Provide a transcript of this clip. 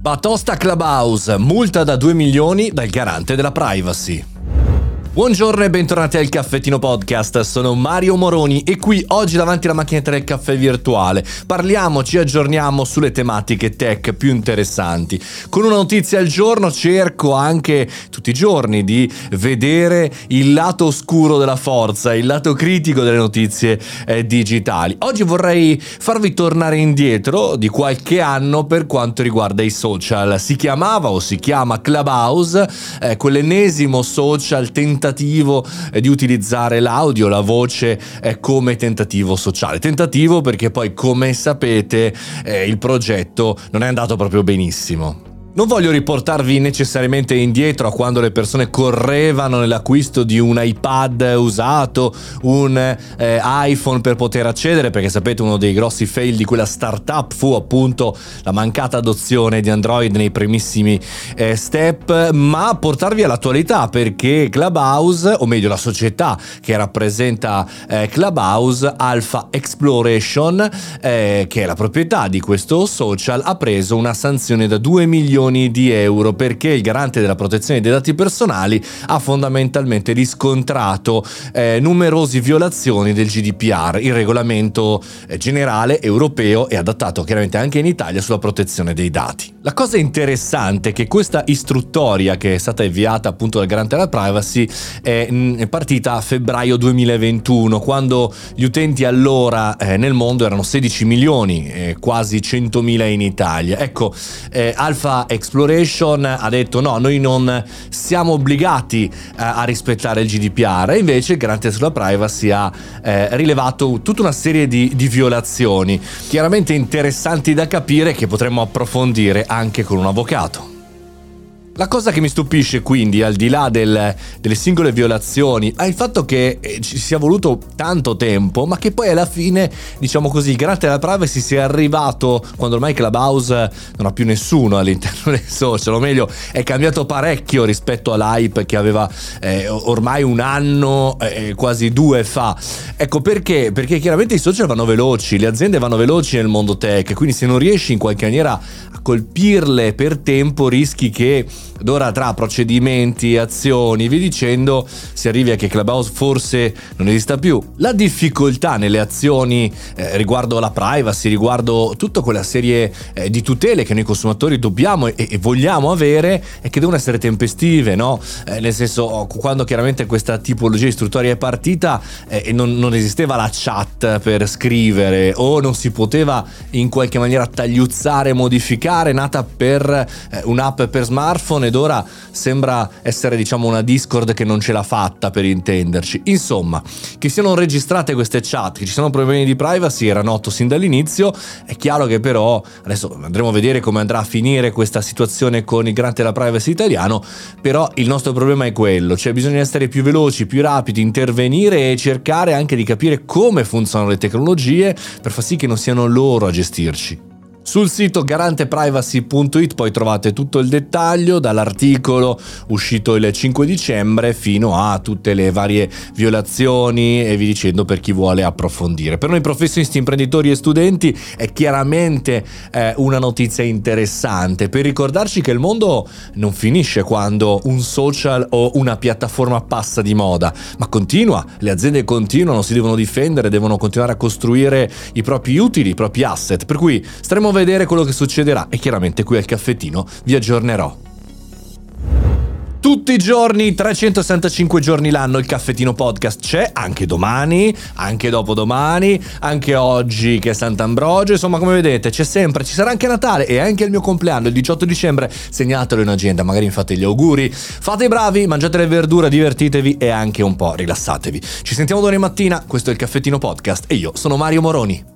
Batosta Clubhouse, multa da 2 milioni dal garante della privacy. Buongiorno e bentornati al Caffettino Podcast, sono Mario Moroni e qui oggi davanti alla macchinetta del caffè virtuale ci aggiorniamo sulle tematiche tech più interessanti. Con una notizia al giorno cerco anche tutti i giorni di vedere il lato oscuro della forza, il lato critico delle notizie digitali. Oggi vorrei farvi tornare indietro di qualche anno per quanto riguarda i social. Si chiama Clubhouse, quell'ennesimo social tentativo di utilizzare l'audio, la voce come tentativo sociale. Tentativo perché poi, come sapete, il progetto non è andato proprio benissimo. Non voglio riportarvi necessariamente indietro a quando le persone correvano nell'acquisto di un iPad usato, un iPhone per poter accedere, perché sapete uno dei grossi fail di quella startup fu appunto la mancata adozione di Android nei primissimi step, ma portarvi all'attualità, perché Clubhouse, o meglio la società che rappresenta Clubhouse, Alpha Exploration, che è la proprietà di questo social, ha preso una sanzione da 2 milioni di euro perché il garante della protezione dei dati personali ha fondamentalmente riscontrato numerose violazioni del GDPR, il regolamento generale europeo e adattato chiaramente anche in Italia sulla protezione dei dati. La cosa interessante è che questa istruttoria, che è stata inviata appunto dal garante della privacy, è partita a febbraio 2021, quando gli utenti allora nel mondo erano 16 milioni, quasi 100.000 in Italia. Ecco, Alpha Exploration ha detto no, noi non siamo obbligati a rispettare il GDPR, e invece il garante sulla privacy ha rilevato tutta una serie di violazioni chiaramente interessanti da capire, che potremmo approfondire anche con un avvocato. La cosa che mi stupisce quindi, al di là delle singole violazioni, è il fatto che ci sia voluto tanto tempo, ma che poi alla fine, diciamo così, il garante della privacy sia arrivato quando ormai Clubhouse non ha più nessuno all'interno del social, o meglio è cambiato parecchio rispetto all'hype che aveva ormai un anno, quasi 2 fa. Ecco perché chiaramente i social vanno veloci, le aziende vanno veloci nel mondo tech, quindi se non riesci in qualche maniera a colpirle per tempo rischi che d'ora tra procedimenti, azioni, vi dicendo, si arrivi a che Clubhouse forse non esista più. La difficoltà nelle azioni riguardo la privacy, riguardo tutta quella serie di tutele che noi consumatori dobbiamo e vogliamo avere, è che devono essere tempestive, no? Nel senso, quando chiaramente questa tipologia istruttoria è partita, non esisteva la chat per scrivere, o non si poteva in qualche maniera tagliuzzare, modificare, nata per un'app per smartphone, ed ora sembra essere, diciamo, una Discord che non ce l'ha fatta, per intenderci. Insomma, che siano registrate queste chat, che ci siano problemi di privacy, era noto sin dall'inizio. È chiaro che però adesso andremo a vedere come andrà a finire questa situazione con il garante della privacy italiano, però il nostro problema è quello, cioè bisogna essere più veloci, più rapidi, intervenire e cercare anche di capire come funzionano le tecnologie per far sì che non siano loro a gestirci. Sul sito garanteprivacy.it poi trovate tutto il dettaglio, dall'articolo uscito il 5 dicembre fino a tutte le varie violazioni e vi dicendo, per chi vuole approfondire. Per noi professionisti, imprenditori e studenti è chiaramente una notizia interessante, per ricordarci che il mondo non finisce quando un social o una piattaforma passa di moda, ma continua, le aziende continuano, si devono difendere, devono continuare a costruire i propri utili, i propri asset, per cui staremo a vedere quello che succederà e chiaramente qui al caffettino vi aggiornerò. Tutti i giorni, 365 giorni l'anno, il Caffettino Podcast c'è, anche domani, anche dopodomani, anche oggi che è Sant'Ambrogio, insomma come vedete c'è sempre, ci sarà anche Natale e anche il mio compleanno, il 18 dicembre, segnatelo in agenda, magari mi fate gli auguri, fate i bravi, mangiate le verdure, divertitevi e anche un po' rilassatevi. Ci sentiamo domani mattina, questo è il Caffettino Podcast e io sono Mario Moroni.